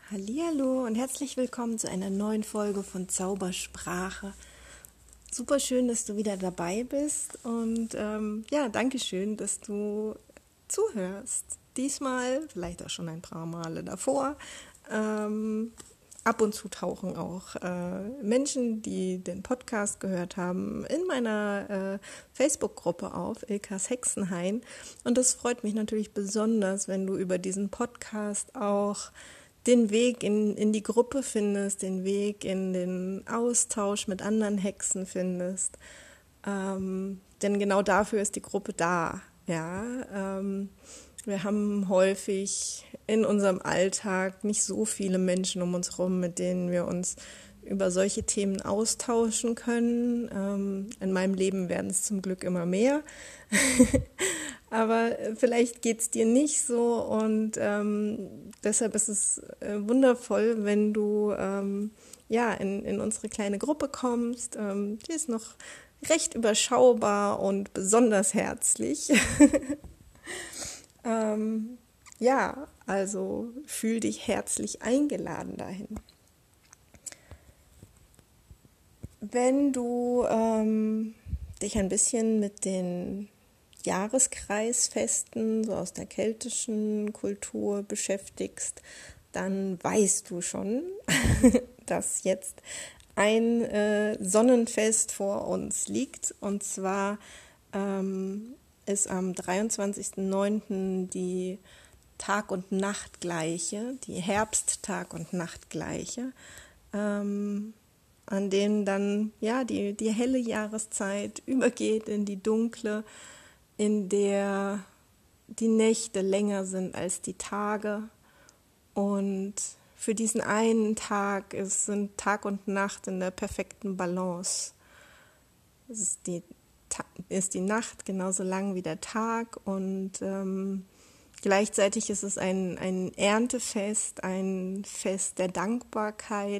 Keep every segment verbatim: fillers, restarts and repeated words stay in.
Hallihallo und herzlich willkommen zu einer neuen Folge von Zaubersprache. Super schön, dass du wieder dabei bist und ähm, ja, danke schön, dass du zuhörst. Diesmal, vielleicht auch schon ein paar Male davor. Ähm, ab und zu tauchen auch äh, Menschen, die den Podcast gehört haben, in meiner äh, Facebook-Gruppe auf, Ilkas Hexenhain. Und das freut mich natürlich besonders, wenn du über diesen Podcast auch den Weg in, in die Gruppe findest, den Weg in den Austausch mit anderen Hexen findest. Ähm, denn genau dafür ist die Gruppe da. Ja, ähm, wir haben häufig in unserem Alltag nicht so viele Menschen um uns herum, mit denen wir uns über solche Themen austauschen können. Ähm, in meinem Leben werden es zum Glück immer mehr. Aber vielleicht geht es dir nicht so und ähm, deshalb ist es äh, wundervoll, wenn du ähm, ja, in, in unsere kleine Gruppe kommst. Ähm, die ist noch recht überschaubar und besonders herzlich. ähm, ja, also fühl dich herzlich eingeladen dahin. Wenn du ähm, dich ein bisschen mit den Jahreskreisfesten, so aus der keltischen Kultur beschäftigst, dann weißt du schon, dass jetzt ein äh, Sonnenfest vor uns liegt. Und zwar ähm, ist am dreiundzwanzigsten neunten die Tag- und Nachtgleiche, die Herbsttag- und Nachtgleiche, ähm, an denen dann ja die, die helle Jahreszeit übergeht in die dunkle, in der die Nächte länger sind als die Tage. Und für diesen einen Tag ist, sind Tag und Nacht in der perfekten Balance. Es ist die, ist die Nacht genauso lang wie der Tag und ähm, gleichzeitig ist es ein, ein Erntefest, ein Fest der Dankbarkeit.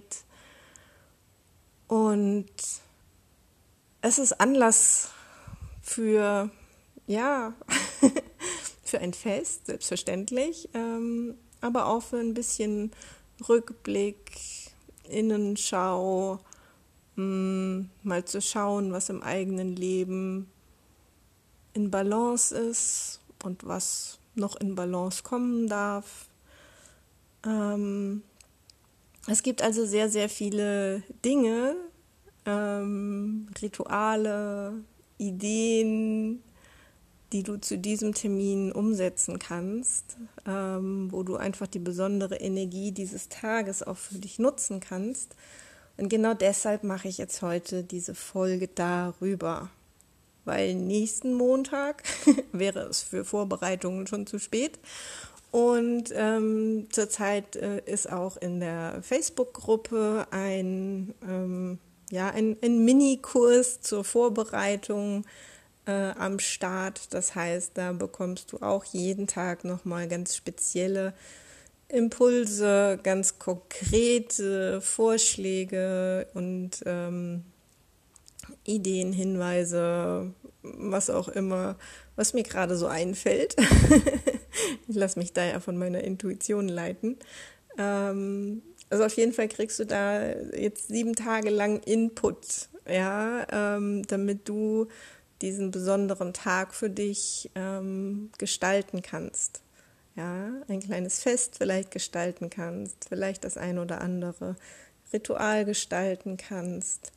Und es ist Anlass für, ja, für ein Fest, selbstverständlich, ähm, aber auch für ein bisschen Rückblick, Innenschau, mh, mal zu schauen, was im eigenen Leben in Balance ist und was noch in Balance kommen darf. Ähm, es gibt also sehr, sehr viele Dinge, ähm, Rituale, Ideen, die du zu diesem Termin umsetzen kannst, ähm, wo du einfach die besondere Energie dieses Tages auch für dich nutzen kannst. Und genau deshalb mache ich jetzt heute diese Folge darüber, weil nächsten Montag wäre es für Vorbereitungen schon zu spät. Und ähm, zurzeit äh, ist auch in der Facebook-Gruppe ein, ähm, ja, ein, ein Mini-Kurs zur Vorbereitung äh, am Start. Das heißt, da bekommst du auch jeden Tag nochmal ganz spezielle Impulse, ganz konkrete Vorschläge und ähm, Ideen, Hinweise, was auch immer, was mir gerade so einfällt. Ich lasse mich da ja von meiner Intuition leiten. Ähm, also auf jeden Fall kriegst du da jetzt sieben Tage lang Input, ja, ähm, damit du diesen besonderen Tag für dich ähm, gestalten kannst. Ja, ein kleines Fest vielleicht gestalten kannst, vielleicht das ein oder andere Ritual gestalten kannst.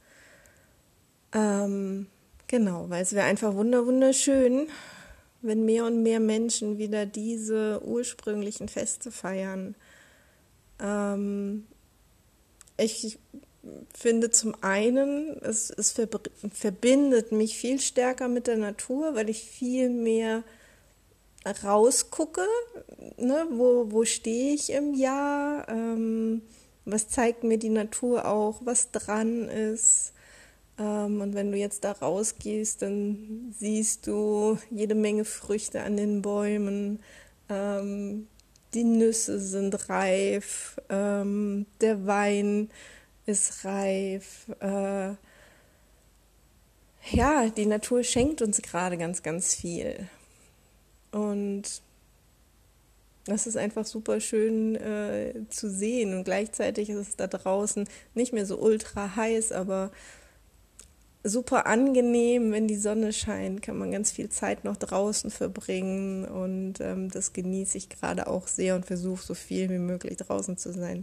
Ähm, genau, weil es wäre einfach wunder wunderschön, wenn mehr und mehr Menschen wieder diese ursprünglichen Feste feiern. Ähm, ich finde zum einen, es, es verbindet mich viel stärker mit der Natur, weil ich viel mehr rausgucke, ne, wo, wo stehe ich im Jahr, ähm, was zeigt mir die Natur auch, was dran ist. Ähm, und wenn du jetzt da rausgehst, dann siehst du jede Menge Früchte an den Bäumen, ähm, die Nüsse sind reif, ähm, der Wein ist reif. Äh, ja, die Natur schenkt uns gerade ganz, ganz viel. Und das ist einfach super schön äh, zu sehen und gleichzeitig ist es da draußen nicht mehr so ultra heiß, aber super angenehm, wenn die Sonne scheint, kann man ganz viel Zeit noch draußen verbringen und ähm, das genieße ich gerade auch sehr und versuche so viel wie möglich draußen zu sein.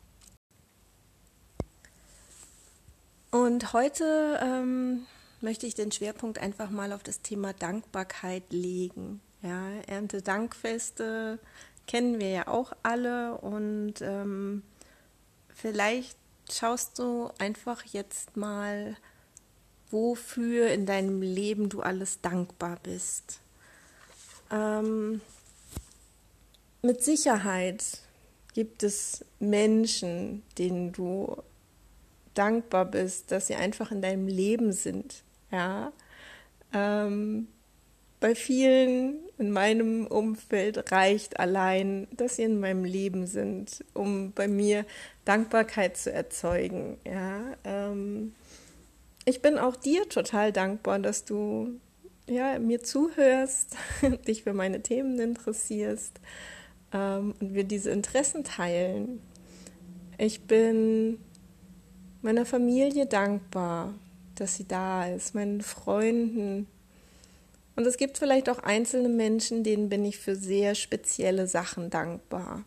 Und heute ähm, möchte ich den Schwerpunkt einfach mal auf das Thema Dankbarkeit legen. Ja, Erntedankfeste kennen wir ja auch alle und ähm, vielleicht schaust du einfach jetzt mal, wofür in deinem Leben du alles dankbar bist. Ähm, mit Sicherheit gibt es Menschen, denen du dankbar bist, dass sie einfach in deinem Leben sind. Ja, ähm, bei vielen in meinem Umfeld reicht allein, dass sie in meinem Leben sind, um bei mir Dankbarkeit zu erzeugen. Ja, ähm, ich bin auch dir total dankbar, dass du ja, mir zuhörst, dich für meine Themen interessierst ähm, und wir diese Interessen teilen. Ich bin meiner Familie dankbar, dass sie da ist, meinen Freunden. Und es gibt vielleicht auch einzelne Menschen, denen bin ich für sehr spezielle Sachen dankbar.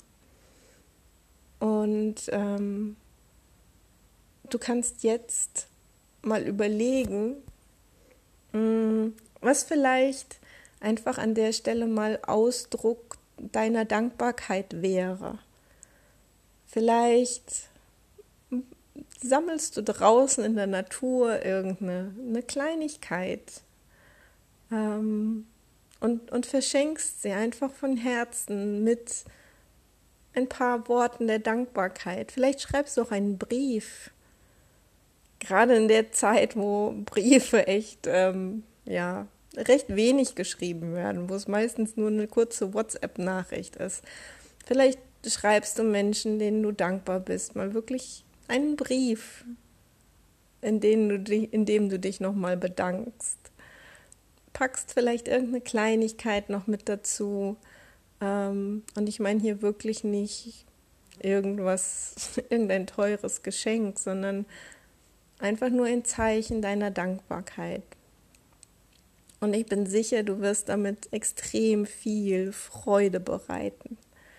Und ähm, du kannst jetzt mal überlegen, mh, was vielleicht einfach an der Stelle mal Ausdruck deiner Dankbarkeit wäre. Vielleicht sammelst du draußen in der Natur irgendeine eine Kleinigkeit ähm, und, und verschenkst sie einfach von Herzen mit ein paar Worten der Dankbarkeit. Vielleicht schreibst du auch einen Brief. Gerade in der Zeit, wo Briefe echt, ähm, ja, recht wenig geschrieben werden, wo es meistens nur eine kurze WhatsApp-Nachricht ist. Vielleicht schreibst du Menschen, denen du dankbar bist, mal wirklich einen Brief, in dem du dich, in dem du dich nochmal bedankst. Packst vielleicht irgendeine Kleinigkeit noch mit dazu. Ähm, und ich meine hier wirklich nicht irgendwas, irgendein teures Geschenk, sondern einfach nur ein Zeichen deiner Dankbarkeit. Und ich bin sicher, du wirst damit extrem viel Freude bereiten.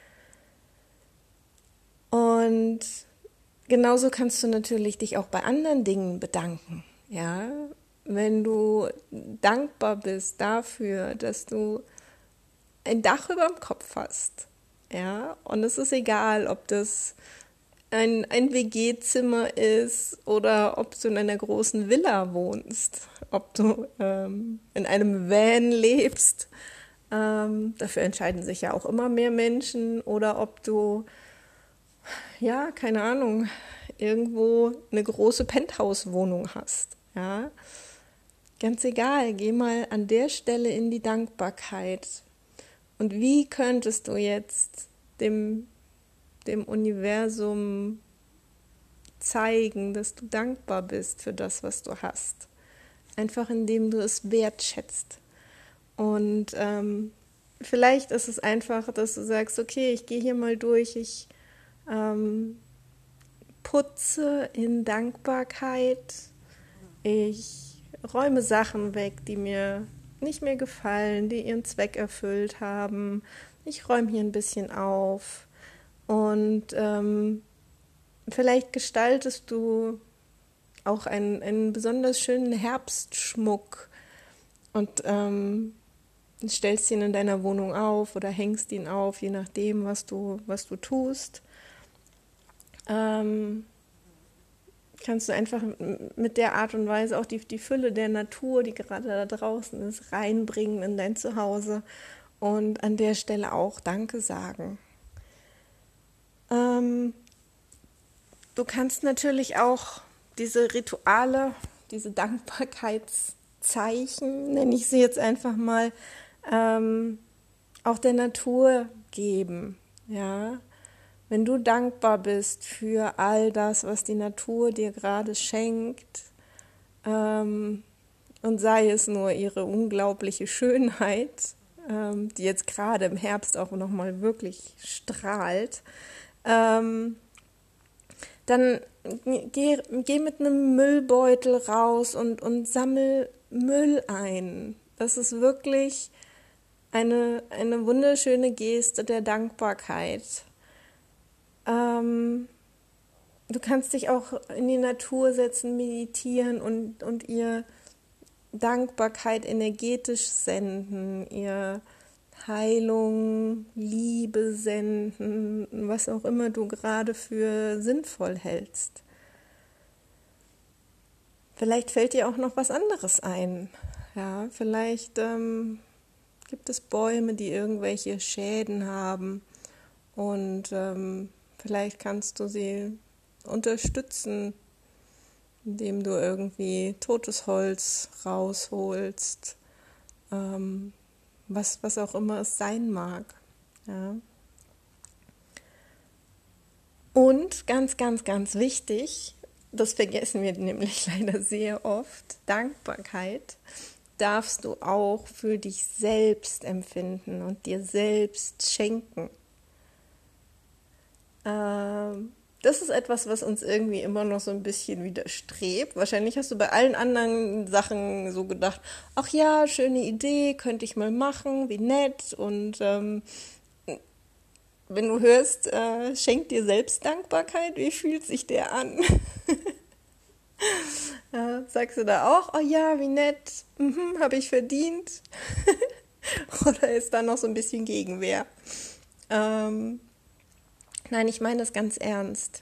Und genauso kannst du natürlich dich auch bei anderen Dingen bedanken. Ja, wenn du dankbar bist dafür, dass du ein Dach über dem Kopf hast. Ja, und es ist egal, ob das ein, ein W G-Zimmer ist oder ob du in einer großen Villa wohnst, ob du ähm, in einem Van lebst. Ähm, dafür entscheiden sich ja auch immer mehr Menschen. Oder ob du, ja, keine Ahnung, irgendwo eine große Penthouse-Wohnung hast. Ja, ganz egal, geh mal an der Stelle in die Dankbarkeit. Und wie könntest du jetzt dem dem Universum zeigen, dass du dankbar bist für das, was du hast. Einfach indem du es wertschätzt. Und ähm, vielleicht ist es einfach, dass du sagst, okay, ich gehe hier mal durch, ich ähm, putze in Dankbarkeit, ich räume Sachen weg, die mir nicht mehr gefallen, die ihren Zweck erfüllt haben. Ich räume hier ein bisschen auf. Und ähm, vielleicht gestaltest du auch einen, einen besonders schönen Herbstschmuck und ähm, stellst ihn in deiner Wohnung auf oder hängst ihn auf, je nachdem, was du, was du tust. Ähm, kannst du einfach mit der Art und Weise auch die, die Fülle der Natur, die gerade da draußen ist, reinbringen in dein Zuhause und an der Stelle auch Danke sagen. Ähm, du kannst natürlich auch diese Rituale, diese Dankbarkeitszeichen, nenne ich sie jetzt einfach mal, ähm, auch der Natur geben. Ja? Wenn du dankbar bist für all das, was die Natur dir gerade schenkt, ähm, und sei es nur ihre unglaubliche Schönheit, ähm, die jetzt gerade im Herbst auch nochmal wirklich strahlt, ähm, dann geh, geh mit einem Müllbeutel raus und, und sammel Müll ein. Das ist wirklich eine, eine wunderschöne Geste der Dankbarkeit. Ähm, du kannst dich auch in die Natur setzen, meditieren und, und ihr Dankbarkeit energetisch senden, ihr Heilung, Liebe senden, was auch immer du gerade für sinnvoll hältst. Vielleicht fällt dir auch noch was anderes ein. Ja, vielleicht ähm, gibt es Bäume, die irgendwelche Schäden haben und ähm, vielleicht kannst du sie unterstützen, indem du irgendwie totes Holz rausholst, ähm, was, was auch immer es sein mag. Ja. Und ganz, ganz, ganz wichtig, das vergessen wir nämlich leider sehr oft, Dankbarkeit darfst du auch für dich selbst empfinden und dir selbst schenken. Ähm, das ist etwas, was uns irgendwie immer noch so ein bisschen widerstrebt. Wahrscheinlich hast du bei allen anderen Sachen so gedacht, ach ja, schöne Idee, könnte ich mal machen, wie nett. Und ähm, wenn du hörst, äh, schenk dir selbst Dankbarkeit, wie fühlt sich der an? Ja, sagst du da auch, oh ja, wie nett, mhm, habe ich verdient? Oder ist da noch so ein bisschen Gegenwehr? Ähm, nein, ich meine das ganz ernst.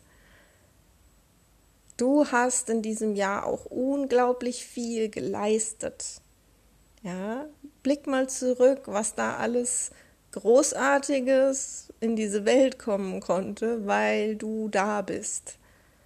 Du hast in diesem Jahr auch unglaublich viel geleistet. Ja, blick mal zurück, was da alles Großartiges in diese Welt kommen konnte, weil du da bist.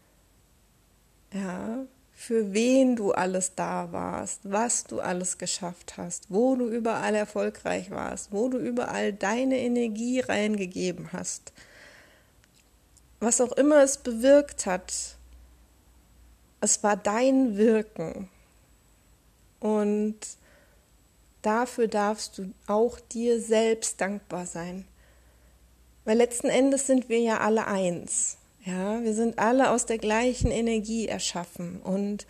Ja, für wen du alles da warst, was du alles geschafft hast, wo du überall erfolgreich warst, wo du überall deine Energie reingegeben hast. Was auch immer es bewirkt hat, es war dein Wirken. Und dafür darfst du auch dir selbst dankbar sein. Weil letzten Endes sind wir ja alle eins. Ja, wir sind alle aus der gleichen Energie erschaffen. Und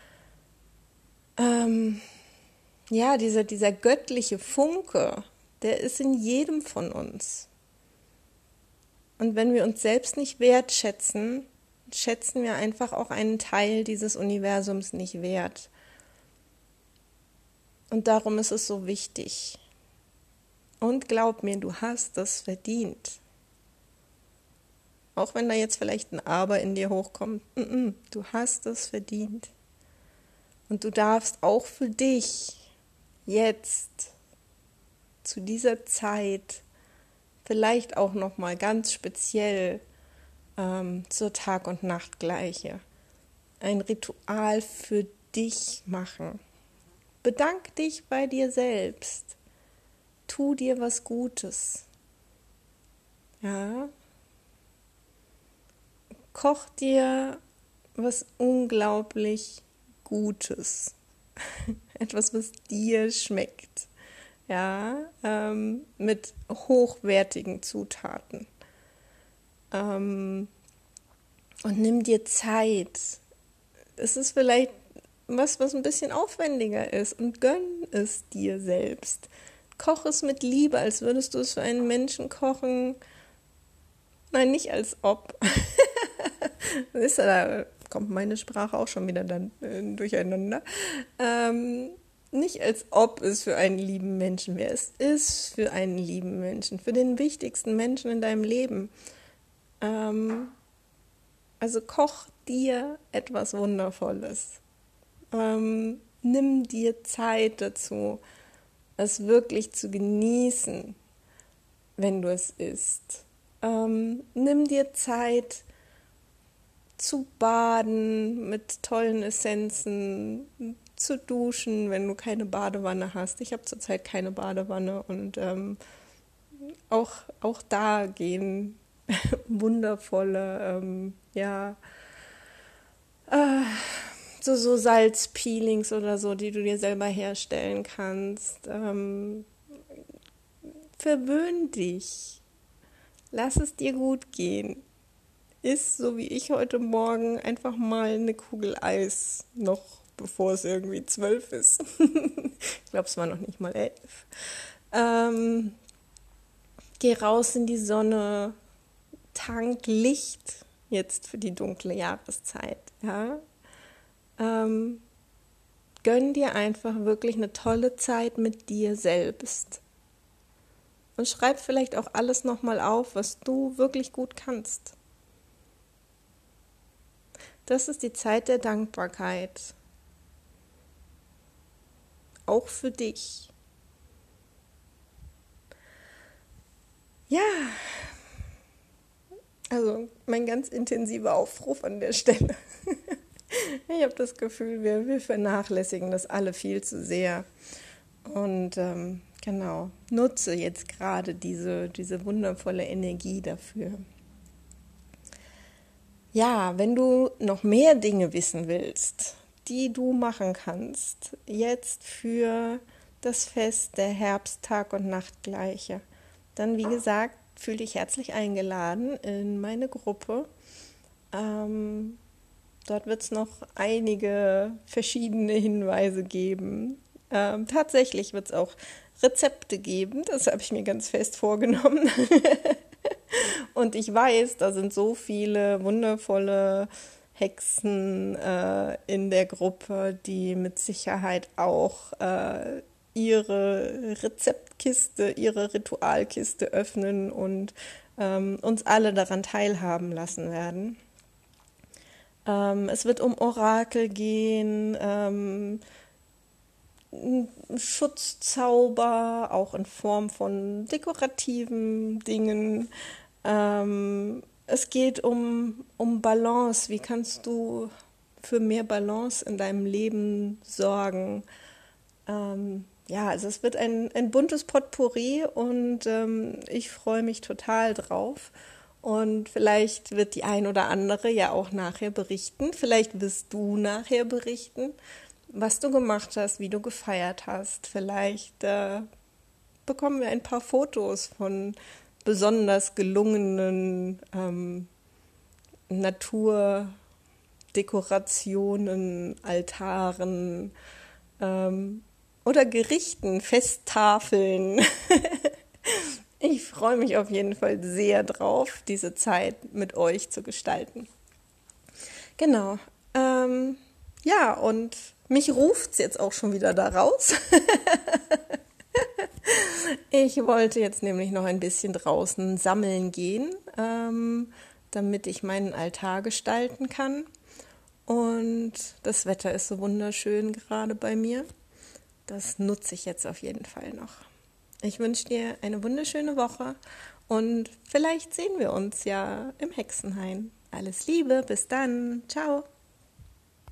ähm, ja, dieser, dieser göttliche Funke, der ist in jedem von uns. Und wenn wir uns selbst nicht wertschätzen, schätzen wir einfach auch einen Teil dieses Universums nicht wert. Und darum ist es so wichtig. Und glaub mir, du hast das verdient. Auch wenn da jetzt vielleicht ein Aber in dir hochkommt, mm-mm, du hast es verdient. Und du darfst auch für dich jetzt zu dieser Zeit vielleicht auch nochmal ganz speziell ähm, zur Tag- und Nachtgleiche ein Ritual für dich machen. Bedank dich bei dir selbst. Tu dir was Gutes. Ja. Koch dir was unglaublich Gutes. Etwas, was dir schmeckt. Ja, ähm, mit hochwertigen Zutaten. Ähm, und nimm dir Zeit. Es ist vielleicht was, was ein bisschen aufwendiger ist und gönn es dir selbst. Koch es mit Liebe, als würdest du es für einen Menschen kochen. Nein, nicht als ob. Ist, da kommt meine Sprache auch schon wieder dann äh, durcheinander. Ähm, nicht als ob es für einen lieben Menschen wäre. Es ist für einen lieben Menschen, für den wichtigsten Menschen in deinem Leben. Ähm, also koch dir etwas Wundervolles. Ähm, nimm dir Zeit dazu, es wirklich zu genießen, wenn du es isst. Ähm, nimm dir Zeit zu baden mit tollen Essenzen, zu duschen, wenn du keine Badewanne hast. Ich habe zurzeit keine Badewanne und ähm, auch, auch da gehen wundervolle, ähm, ja, äh, so, so Salzpeelings oder so, die du dir selber herstellen kannst. Ähm, Verwöhn dich. Lass es dir gut gehen. Iss, so wie ich heute Morgen, einfach mal eine Kugel Eis, noch bevor es irgendwie zwölf ist. Ich glaube, es war noch nicht mal elf. Ähm, geh raus in die Sonne, tank Licht jetzt für die dunkle Jahreszeit. Ja? Ähm, gönn dir einfach wirklich eine tolle Zeit mit dir selbst. Und schreib vielleicht auch alles nochmal auf, was du wirklich gut kannst. Das ist die Zeit der Dankbarkeit. Auch für dich. Ja, also mein ganz intensiver Aufruf an der Stelle. Ich habe das Gefühl, wir, wir vernachlässigen das alle viel zu sehr. Und ähm, genau, nutze jetzt gerade diese, diese wundervolle Energie dafür. Ja, wenn du noch mehr Dinge wissen willst, die du machen kannst, jetzt für das Fest der Herbsttag- und Nachtgleiche, dann wie gesagt, fühle dich herzlich eingeladen in meine Gruppe. Ähm, dort wird es noch einige verschiedene Hinweise geben. Ähm, tatsächlich wird es auch Rezepte geben, das habe ich mir ganz fest vorgenommen. Und ich weiß, da sind so viele wundervolle Hexen äh, in der Gruppe, die mit Sicherheit auch äh, ihre Rezeptkiste, ihre Ritualkiste öffnen und ähm, uns alle daran teilhaben lassen werden. Ähm, es wird um Orakel gehen, ähm, Schutzzauber, auch in Form von dekorativen Dingen. Ähm, es geht um, um Balance. Wie kannst du für mehr Balance in deinem Leben sorgen? Ähm, ja, also es wird ein, ein buntes Potpourri und ähm, ich freue mich total drauf. Und vielleicht wird die ein oder andere ja auch nachher berichten. Vielleicht wirst du nachher berichten, was du gemacht hast, wie du gefeiert hast. Vielleicht äh, bekommen wir ein paar Fotos von besonders gelungenen ähm, Naturdekorationen, Altaren ähm, oder Gerichten, Festtafeln. Ich freue mich auf jeden Fall sehr drauf, diese Zeit mit euch zu gestalten. Genau. Ähm, ja, und mich ruft's jetzt auch schon wieder da raus. Ich wollte jetzt nämlich noch ein bisschen draußen sammeln gehen, ähm, damit ich meinen Altar gestalten kann. Und das Wetter ist so wunderschön gerade bei mir. Das nutze ich jetzt auf jeden Fall noch. Ich wünsche dir eine wunderschöne Woche und vielleicht sehen wir uns ja im Hexenhain. Alles Liebe, bis dann. Ciao.